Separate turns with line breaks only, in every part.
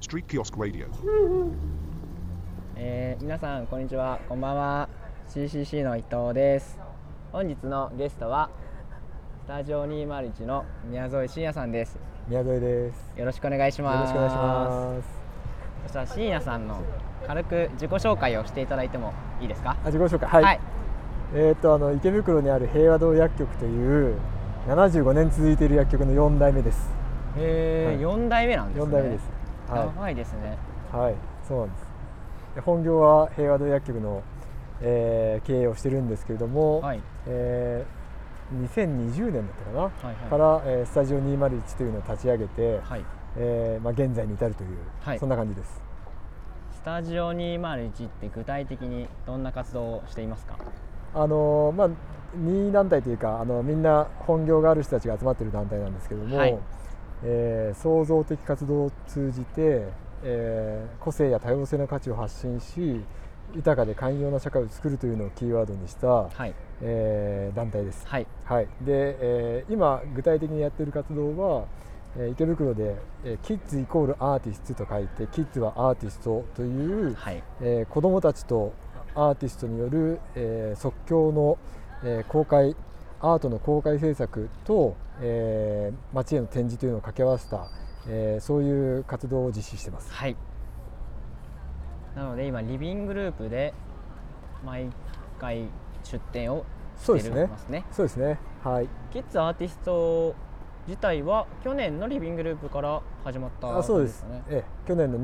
Street Kiosk Radio。
皆さんこんにちは、こんばんは。 CCC の伊藤です。本日のゲストはスタジオ201の宮添信也さんです。
宮添です。
よろしくお願いします。
よろしくお願いします。
そしたら信也さんの軽く自己紹介をしていただいてもいいですか？
自己紹介、はい、はい、池袋にある平和堂薬局という75年続いている薬局の4代目です。
はい、4代目なんですね。
4代目です。
はい、長いですね。
はい、そうなんです。本業は平和堂薬局の、経営をしてるんですけれども、はい、2020年だったかな、はいはい、から、スタジオ201というのを立ち上げて、はい、現在に至るという、はい、そんな感じです。
スタジオ201って具体的にどんな活動をしていますか？
任意団体というかみんな本業がある人たちが集まっている団体なんですけども、はい、創造的活動を通じて、個性や多様性の価値を発信し、豊かで寛容な社会を作るというのをキーワードにした、はい、団体です。はいはい、で、今具体的にやっている活動は、池袋で、キッズイコールアーティストと書いてキッズはアーティストという、はい、子どもたちとアーティストによる、即興の、公開アートの公開制作と、街への展示というのを掛け合わせた、そういう活動を実施しています。
はい、なので今リビングループで毎回出展をしていますね。
そうですね。はい。
キッズアーティスト自体は去年のリビングループから始まったんですかね。
そうです。去年の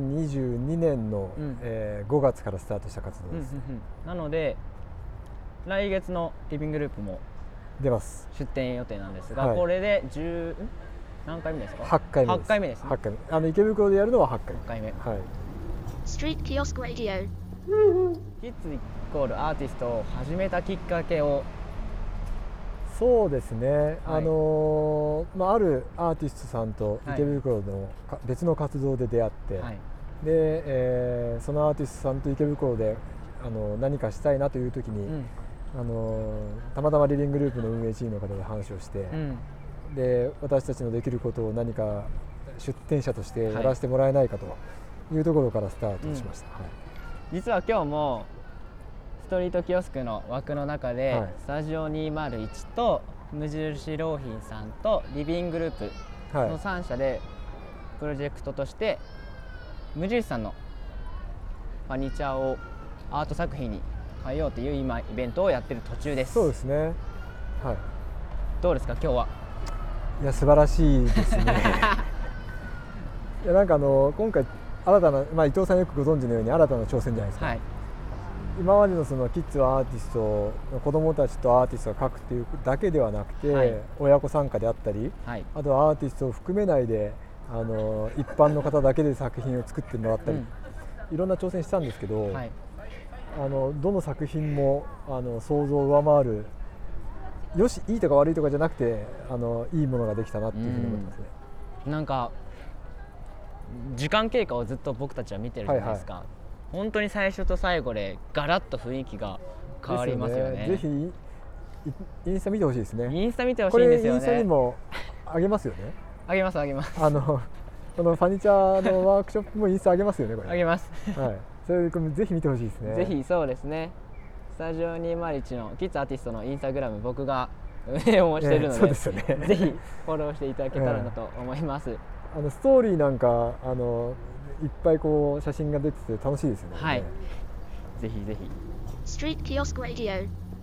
2022年の、5月からスタートした活動です。
なので来月のリビングループも
出ます。
出展予定なんですが、はい、これで10何回目ですか
？8回目です。
8回目ですね。
8回目。池袋でやるのは8回目。
はい。
Street Kiosk Radio。
キッズイコールアーティストを始めたきっかけを。
そうですね、はい、あるアーティストさんと池袋の別の活動で出会って、はい、で、そのアーティストさんと池袋で何かしたいなという時に、たまたまリビングループの運営チームの方で話をして、で私たちのできることを何か出展者としてやらせてもらえないかというところからスタートしました。はい、
実は今日もストリートキオスクの枠の中で、はい、スタジオ201と無印良品さんとリビングループの3社でプロジェクトとして無印さんのファニチャーをアート作品に変えようという今イベントをやってる途中です。
そうですね。はい。
どうですか今日は？
いや素晴らしいですね。いやなんか今回新たな、伊藤さんよくご存知のように新たな挑戦じゃないですか。はい、今までのそのキッズはアーティストの子どもたちとアーティストが描くっていうだけではなくて、はい、親子参加であったり、はい、あとはアーティストを含めないで一般の方だけで作品を作ってもらったり、いろんな挑戦したんですけど、はい、どの作品も想像を上回る、よしいいとか悪いとかじゃなくていいものができたなっていうふうに思ってますね。
なんか時間経過をずっと僕たちは見てるじゃないですか。はいはい、本当に最初と最後でガラッと雰囲気が変わりますよね。
ぜひインスタ見てほしいですね。
インスタ見てほしいんですよね。
これインスタにもあげますよね。
あげます。この
ファニチャーのワークショップもインスタあげますよね。これ
あげます。
はい。それでぜひ見てほしいですね。
ぜひそうですね。スタジオ201のキッズアーティストのインスタグラム僕が運営をしているので、
そうですよね。
ぜひフォローしていただけたらなと思います。
ストーリーなんかいっぱいこう写真が出てて楽しいですよね。
はい。ぜひぜひ。
Street Kiosk Radio。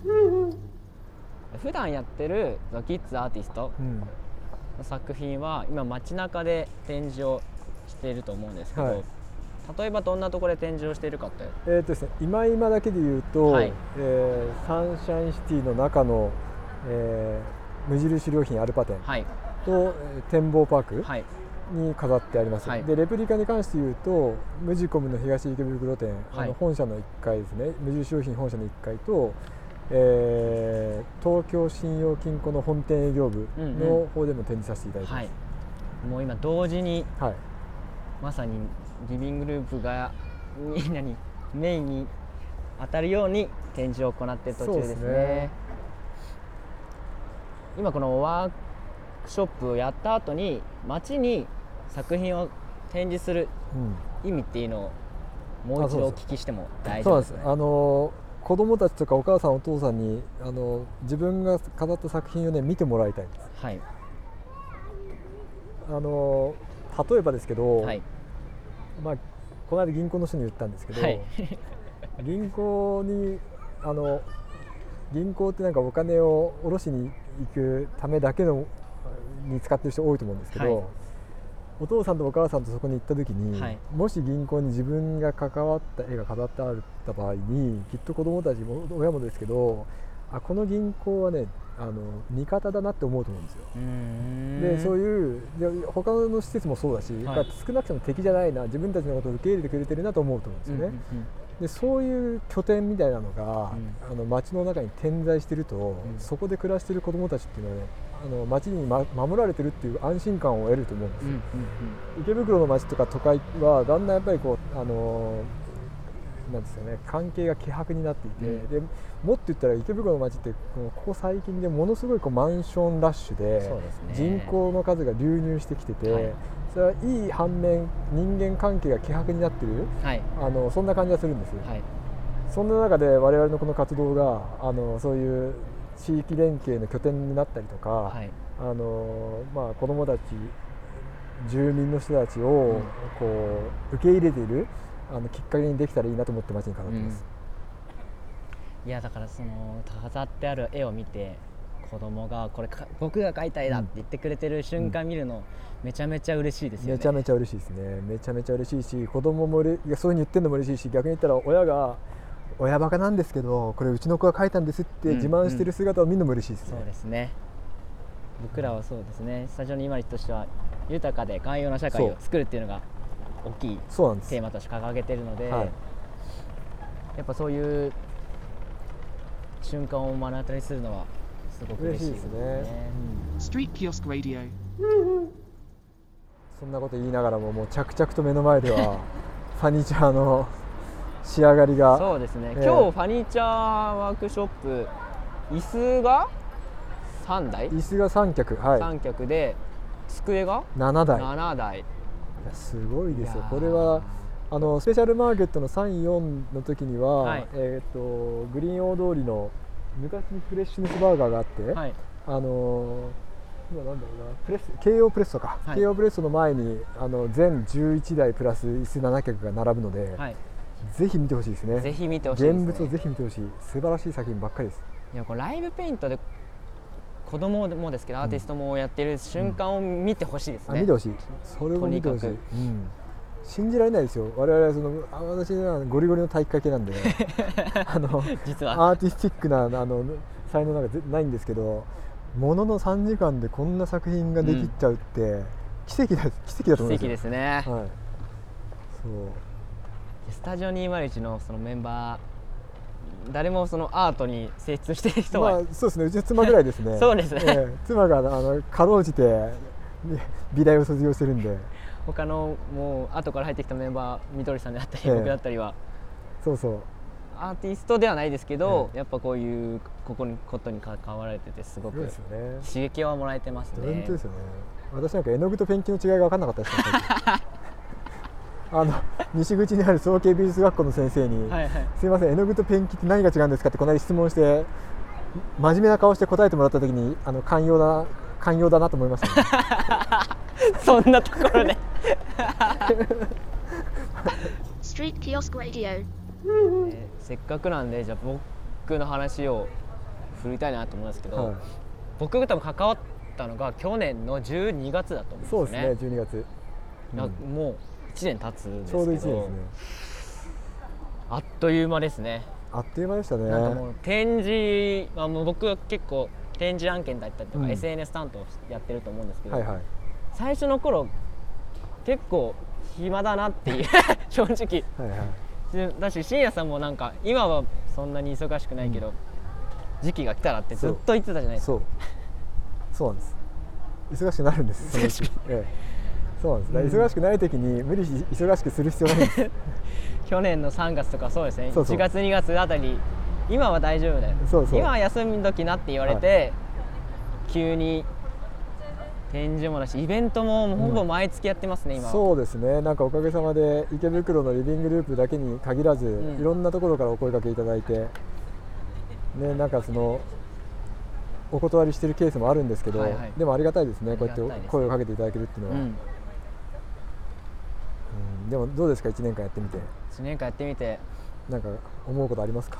普段やってるキッズアーティストの作品は今街中で展示をしていると思うんですけど、はい、例えばどんなところで展示をしているかって。
ですね、今だけで言うと、はい、サンシャインシティの中の、無印良品アルパ店と、展望パーク。はいに飾ってあります。はい、でレプリカに関して言うとムジコムの東池袋店、はい、本社の1階ですね、無印良品本社の1階と、東京信用金庫の本店営業部の方でも展示させていただいてます。はい、
もう今同時に、はい、まさにリビングループがみんなにメインに当たるように展示を行っている途中ですね。今このワークショップをやった後に街に作品を展示する意味っていうのをもう一度お聞きしても大
そうなんです。
丈夫ですね。
子供たちとかお母さんお父さんに自分が飾った作品をね見てもらいたいんです。
はい。
例えばですけど、
はい、
まあこの間銀行の人に言ったんですけど、
はい、
銀行ってなんかお金を下ろしに行くためだけのに使ってる人多いと思うんですけど、はい、お父さんとお母さんとそこに行った時に、はい、もし銀行に自分が関わった絵が飾ってあった場合にきっと子どもたちも親もですけど、この銀行はね味方だなって思うと思うんですよ。でそういう他の施設もそうだし、はい、少なくとも敵じゃないな、自分たちのことを受け入れてくれてるなと思うと思うんですよね。でそういう拠点みたいなのが、街の中に点在していると、そこで暮らしている子どもたちっていうのはね、街に、守られてるっていう安心感を得ると思うんですよ。池袋の街とか都会はだんだんやっぱりこうなんですよね、関係が希薄になっていて、でもっと言ったら池袋の街ってここ最近でものすごいマンションラッシュで人口の数が流入してきてて、はい、それはいい反面人間関係が希薄になってる、はい、そんな感じがするんですよ。はい、そんな中で我々のこの活動がそういう地域連携の拠点になったりとか、はい、子どもたち住民の人たちをこう受け入れているきっかけにできたらいいなと思って街に飾ってます。
いやだからその飾ってある絵を見て子供がこれ僕が描いた絵だって言ってくれてる瞬間見るのめちゃめちゃ嬉しいですよね。
めちゃめちゃ嬉しいですね。めちゃめちゃ嬉しいし、子供もそういうふうに言ってるのも嬉しいし、逆に言ったら親バカなんですけどこれうちの子が描いたんですって自慢してる姿を見るのも嬉しいですね。
そうですね。僕らはそうですね、スタジオ201としては豊かで寛容な社会を作るっていうのが大きいテーマとして掲げているので、はい、やっぱそういう瞬間を目の当たりにするのはすごく嬉しいですね。
Street Kiosk Radio。
そんなこと言いながらももう着々と目の前ではファニチャーの仕上がりが
そうですね、今日ファニチャーワークショップ椅子が3台
椅子が3脚、はい、
3脚で机が
7台
7台。
すごいですよ。これはスペシャルマーケットの3、4の時には、はい、グリーン大通りの昔にフレッシュネスバーガーがあって、はい、今なんだろうな、京王プレッソか、はい、京王プレッソの前に全11台プラス椅子7脚が並ぶので、はい、ぜひ見てほしいですね。
ぜひ見てほしいですね。
現物をぜひ見てほしい。素晴らしい作品ばっかりです。
いやこれライブペイントで子供もですけどアーティストもやってる瞬間を見てほしいですね。
見てほしい。それを見てほしい。信じられないですよ。我々は私はゴリゴリの体育会系なんで実はアーティスティックな才能なんかないんですけど、ものの3時間でこんな作品ができちゃうって、奇跡だと思いますよ。
奇跡ですね。はい、そうスタジオ201のそのメンバー誰もそのアートに精通している人は、
そうですね、うちの妻ぐらいですね。
そうですね、
妻がかろうじて美大を卒業してるんで、
他のもう後から入ってきたメンバーみどりさんであったり、僕だったりは
そうそう
アーティストではないですけど、やっぱこういうことに関わられててすごく刺激はもらえてますね。
本当ですよね。私なんか絵の具とペンキの違いが分からなかったですから西口にある造形美術学校の先生に、すいません絵の具とペンキって何が違うんですかってこの間質問して真面目な顔して答えてもらった時に寛容だなと思いましたね
そんなところで
Street Kiosk Radio、
せっかくなんでじゃあ僕の話を振りたいなと思うんですけど、僕が多分関わったのが去年の12月だと思うんですよね。
そうですね、12月、
もう1年経つんですけど、
ちょうど1年ですね。
あっという間ですね。
あっという間でしたね。
なんかもう展示、もう僕は結構展示案件だったりとか、SNS 担当やってると思うんですけど、最初の頃結構暇だなっていう正直、だし深夜さんもなんか今はそんなに忙しくないけど、時期が来たらってずっと言ってたじゃないですか。
そうなんです。忙しくなるんです。そうなんです。忙しくない時に無理して忙しくする必要ないんです
去年の3月とかそうですね、1月2月あたり今は大丈夫だよ、今は休み時なって言われて、急に展示もだしイベントもほぼ毎月やってますね、今。
そうですね。なんかおかげさまで池袋のリビングループだけに限らず、いろんなところからお声掛けいただいて、ね、なんかそのお断りしてるケースもあるんですけど、でもありがたいですね。こうやって声をかけていただけるっていうのは。でもどうですか、1年間やってみて。
1年間やってみて
なんか思うことありますか？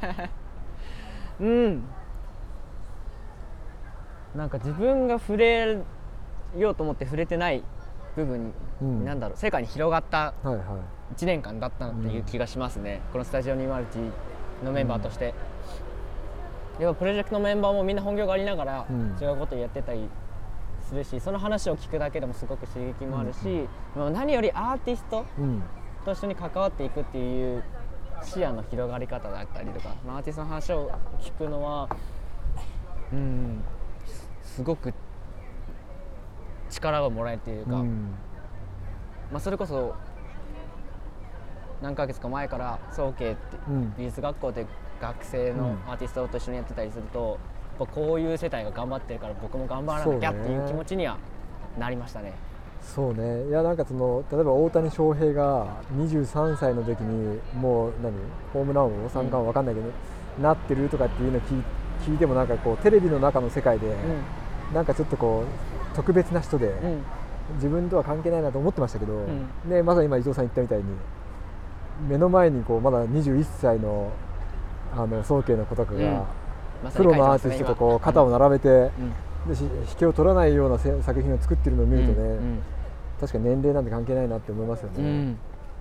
なんか自分が触れようと思って触れてない部分に、なんだろう、世界に広がった1年間だったなっていう気がしますね、このスタジオ201のメンバーとして。やっぱプロジェクトのメンバーもみんな本業がありながら違うことをやってたりするし、その話を聞くだけでもすごく刺激もあるし、何よりアーティストと一緒に関わっていくっていう視野の広がり方だったりとか、アーティストの話を聞くのはすごく力をもらえるというか、それこそ何ヶ月か前から早慶って美術学校で学生のアーティストと一緒にやってたりすると、やっぱこういう世帯が頑張ってるから僕も頑張らなきゃっていう気持ちにはなりましたね。
そうね。いや、なんかその例えば大谷翔平が23歳の時にもうホームラン王三冠わかんないけど、なってるとかっていうのを聞いても、なんかこうテレビの中の世界で、なんかちょっとこう特別な人で、自分とは関係ないなと思ってましたけど、ね、まさに今伊藤さん言ったみたいに目の前にこうまだ21歳の早慶の子とかが、プロのアーティストとこう肩を並べて、で引けを取らないような作品を作ってるのを見るとね、確かに年齢なんて関係ないなって思いますよね。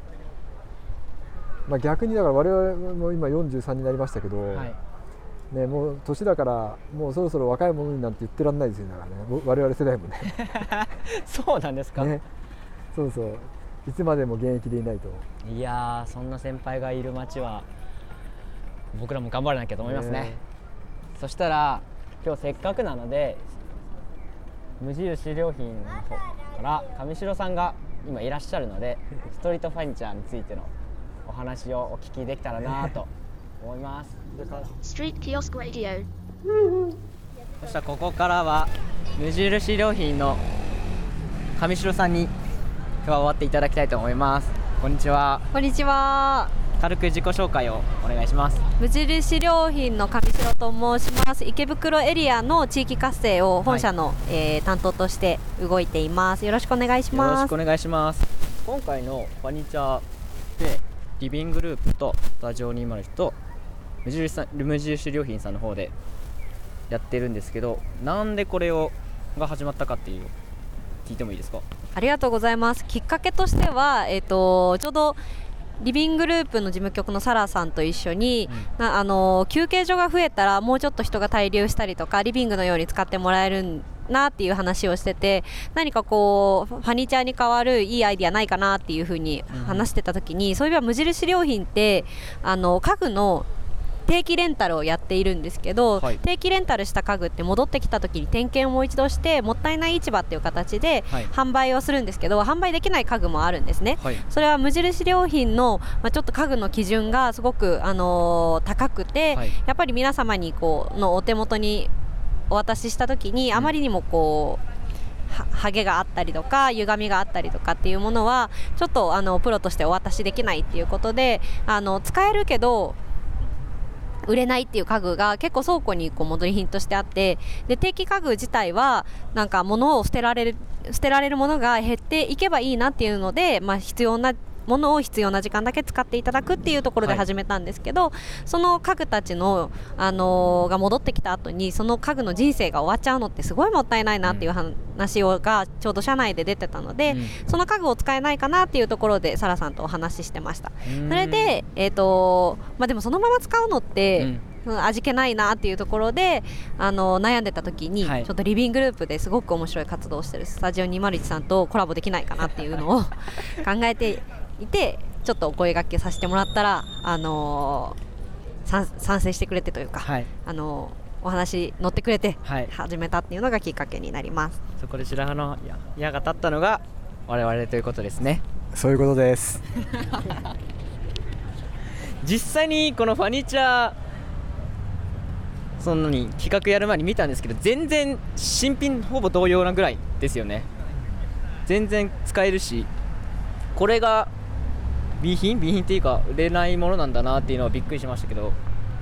逆にだから我々も今43になりましたけど、ね、もう年だからもうそろそろ若い者になんて言ってらんないですよ。だからね、我々世代もね
そうなんですかね。
そうそう、いつまでも現役でいないと。
いやー、そんな先輩がいる街は僕らも頑張らなきゃと思いますね。そしたら今日せっかくなので、無印良品の方から上白さんが今いらっしゃるので、ストリートファニチャーについてのお話をお聞きできたらなと思います。
Street Kiosk Radio。
そしたらここからは無印良品の上白さんに加わっていただきたいと思います。こんにちは。
こんにちは。
軽く自己紹介をお願いします。
無印良品の上白と申します。池袋エリアの地域活性を本社の、担当として動いています。よろしくお願いします。
よろしくお願いします。今回のファニチャーでリビングループとスタジオ201と無印良品さんの方でやってるんですけど、なんでこれが始まったかっていう聞いてもいいですか？
ありがとうございます。きっかけとしては、ちょうどリビングループの事務局のサラさんと一緒に、休憩所が増えたらもうちょっと人が滞留したりとか、リビングのように使ってもらえるなっていう話をしてて、何かこうファニチャーに代わるいいアイディアないかなっていうふうに話してた時に、そういえば無印良品って家具の定期レンタルをやっているんですけど、定期レンタルした家具って戻ってきた時に点検をもう一度して、もったいない市場っていう形で販売をするんですけど、販売できない家具もあるんですね。それは無印良品の、ちょっと家具の基準がすごく、高くて、やっぱり皆様にのお手元にお渡しした時に、あまりにもハゲがあったりとか歪みがあったりとかっていうものはちょっとプロとしてお渡しできないっていうことで、使えるけど売れないっていう家具が結構倉庫に戻り品としてあって、で定期家具自体はなんか物を捨てられるものが減っていけばいいなっていうので、必要なものを必要な時間だけ使っていただくっていうところで始めたんですけど、その家具たちの、が戻ってきた後にその家具の人生が終わっちゃうのってすごいもったいないなっていう話がちょうど社内で出てたので、その家具を使えないかなっていうところでサラさんとお話ししてました。それで、でもそのまま使うのって、味気ないなっていうところで悩んでた時に、ちょっとリビングループですごく面白い活動をしてるスタジオ201さんとコラボできないかなっていうのを考えていて、ちょっとお声掛けさせてもらったら、賛成してくれてというか、お話乗ってくれて始めたっていうのがきっかけになります。
そこで白羽の矢が立ったのが我々ということですね。
そういうことです
実際にこのファニチャーそのに企画やる前に見たんですけど、全然新品ほぼ同様なぐらいですよね。全然使えるし、これが備品っていうか売れないものなんだなっていうのはびっくりしましたけど。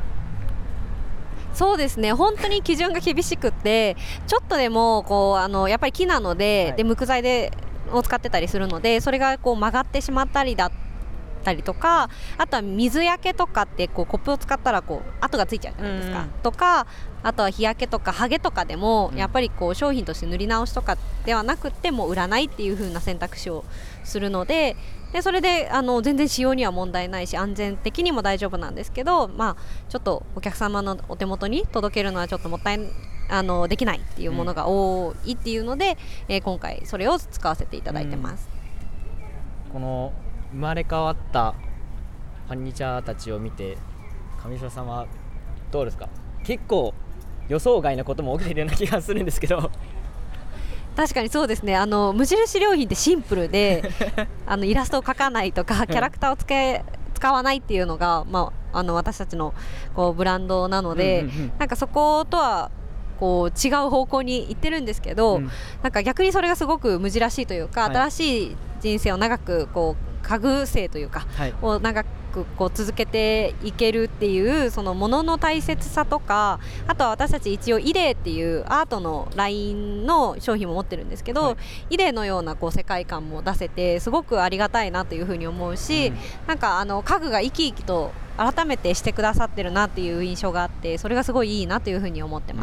そうですね、本当に基準が厳しくってちょっとでもこうやっぱり木なので、で木材を使ってたりするので、それがこう曲がってしまったりだったりとか、あとは水焼けとかってこうコップを使ったらこう跡がついちゃうじゃないですか、とか、あとは日焼けとかハゲとかでもやっぱりこう商品として塗り直しとかではなくってもう売らないっていう風な選択肢をするので、それで全然使用には問題ないし安全的にも大丈夫なんですけど、ちょっとお客様のお手元に届けるのはちょっともったいできないっていうものが多いっていうので、今回それを使わせていただいてます。
この生まれ変わったファニチャーたちを見て上白さんはどうですか？結構予想外のことも起きているような気がするんですけど。
確かにそうですね、無印良品ってシンプルでイラストを描かないとかキャラクターを使わないっていうのが、私たちのこうブランドなので、なんかそことはこう違う方向に行ってるんですけど、なんか逆にそれがすごく無地らしいというか、新しい人生を長くこう家具生というか、を長くこう続けていけるっていうそのものの大切さとか、あとは私たち一応イデーっていうアートのラインの商品も持ってるんですけど、イデーのようなこう世界観も出せてすごくありがたいなというふうに思うし、なんか家具が生き生きと改めてしてくださってるなっていう印象があって、それがすごいいいなというふうに思ってます。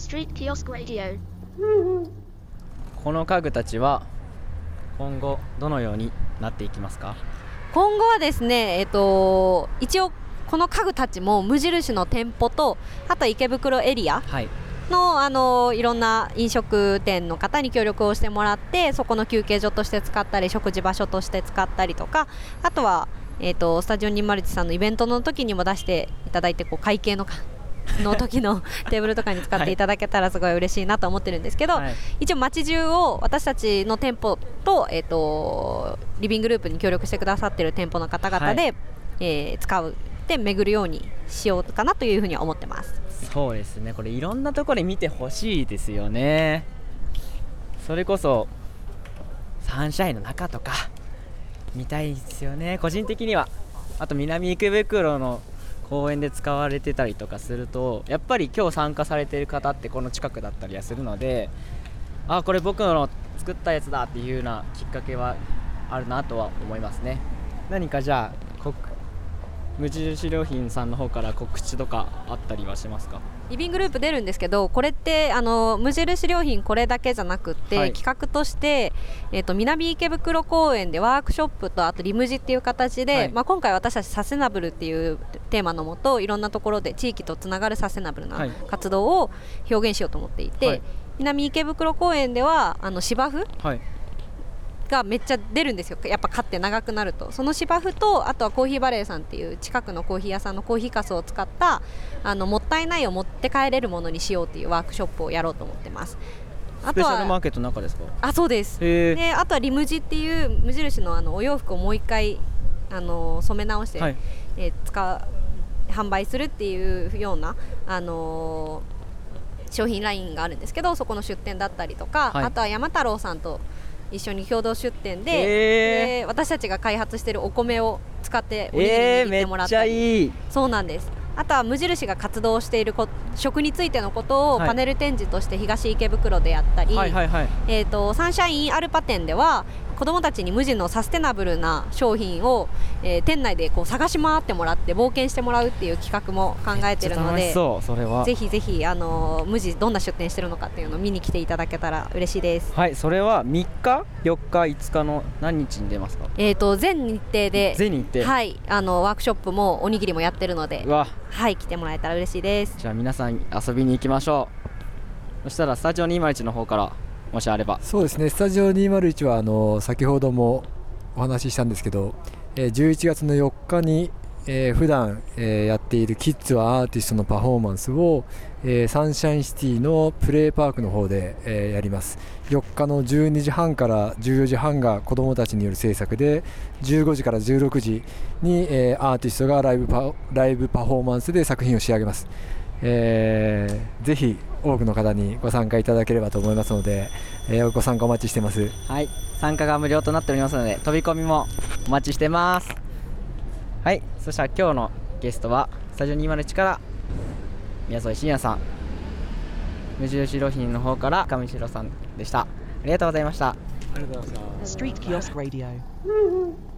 Street Kiosk Radio。
この家具たちは今後どのようになっていきますか？
今後はですね、一応この家具たちも無印の店舗と、あと池袋エリアの、いろんな飲食店の方に協力をしてもらって、そこの休憩所として使ったり食事場所として使ったりとか、あとは、スタジオ201さんのイベントの時にも出していただいて、こう会計の時のテーブルとかに使っていただけたらすごい嬉しいなと思ってるんですけど、一応街中を私たちの店舗と、リビングループに協力してくださっている店舗の方々で、使うで巡るようにしようかなというふうには思ってます。
そうですね、これいろんなところで見てほしいですよね。それこそサンシャインの中とか見たいですよね、個人的には。あと南池袋の公園で使われてたりとかすると、やっぱり今日参加されている方ってこの近くだったりはするので、これ僕の作ったやつだっていうようなきっかけはあるなとは思いますね。何かじゃあ無印良品さんの方から告知とかあったりはしますか？
リビングループ出るんですけど、これって無印良品これだけじゃなくって、企画として、南池袋公園でワークショップとあとリムジっていう形で、今回私たちサステナブルっていうテーマのもと、いろんなところで地域とつながるサステナブルな活動を表現しようと思っていて、南池袋公園では芝生、がめっちゃ出るんですよ、やっぱ飼って長くなると。その芝生と、あとはコーヒーバレーさんっていう近くのコーヒー屋さんのコーヒーかすを使ったもったいないを持って帰れるものにしようっていうワークショップをやろうと思ってます。
スペシャルマーケットの中ですか？
そうです。で、あとはリムジっていう無印のお洋服をもう一回染め直して、販売するっていうような商品ラインがあるんですけど、そこの出店だったりとか、あとは山太郎さんと一緒に共同出店で、私たちが開発しているお米を使っておにぎりに行ってもらったり、
めっちゃいい。
そうなんです。あとは無印が活動している食についてのことをパネル展示として東池袋でやったり、サンシャインアルパ店では子どもたちに無地のサステナブルな商品を、店内でこう探し回ってもらって冒険してもらうっていう企画も考えているので、
それは
ぜひぜひ無地どんな出店してるのかっていうのを見に来ていただけたら嬉しいです。
それは3日4日5日の何日に出ますか？
全日程で、ワークショップもおにぎりもやってるので、来てもらえたら嬉しいです。
じゃあ皆さん遊びに行きましょう。そしたらスタジオ201の方からもしあれば。
そうですね、スタジオ201は先ほどもお話ししたんですけど、11月の4日に、 普段、やっているキッズはアーティストのパフォーマンスを、サンシャインシティのプレイパークの方で、やります。4日の12時半から14時半が子どもたちによる制作で、15時から16時に、アーティストがライブパフォーマンスで作品を仕上げます。ぜひ多くの方にご参加いただければと思いますので、ご参加お待ちしてます。
はい、参加が無料となっておりますので、飛び込みもお待ちしてます。はい、そしたら今日のゲストはスタジオ201から宮添信也さん、無印良品の方から上白さんでした。ありがとうございました。
ありがとうございました。
Street Kiosk Radio.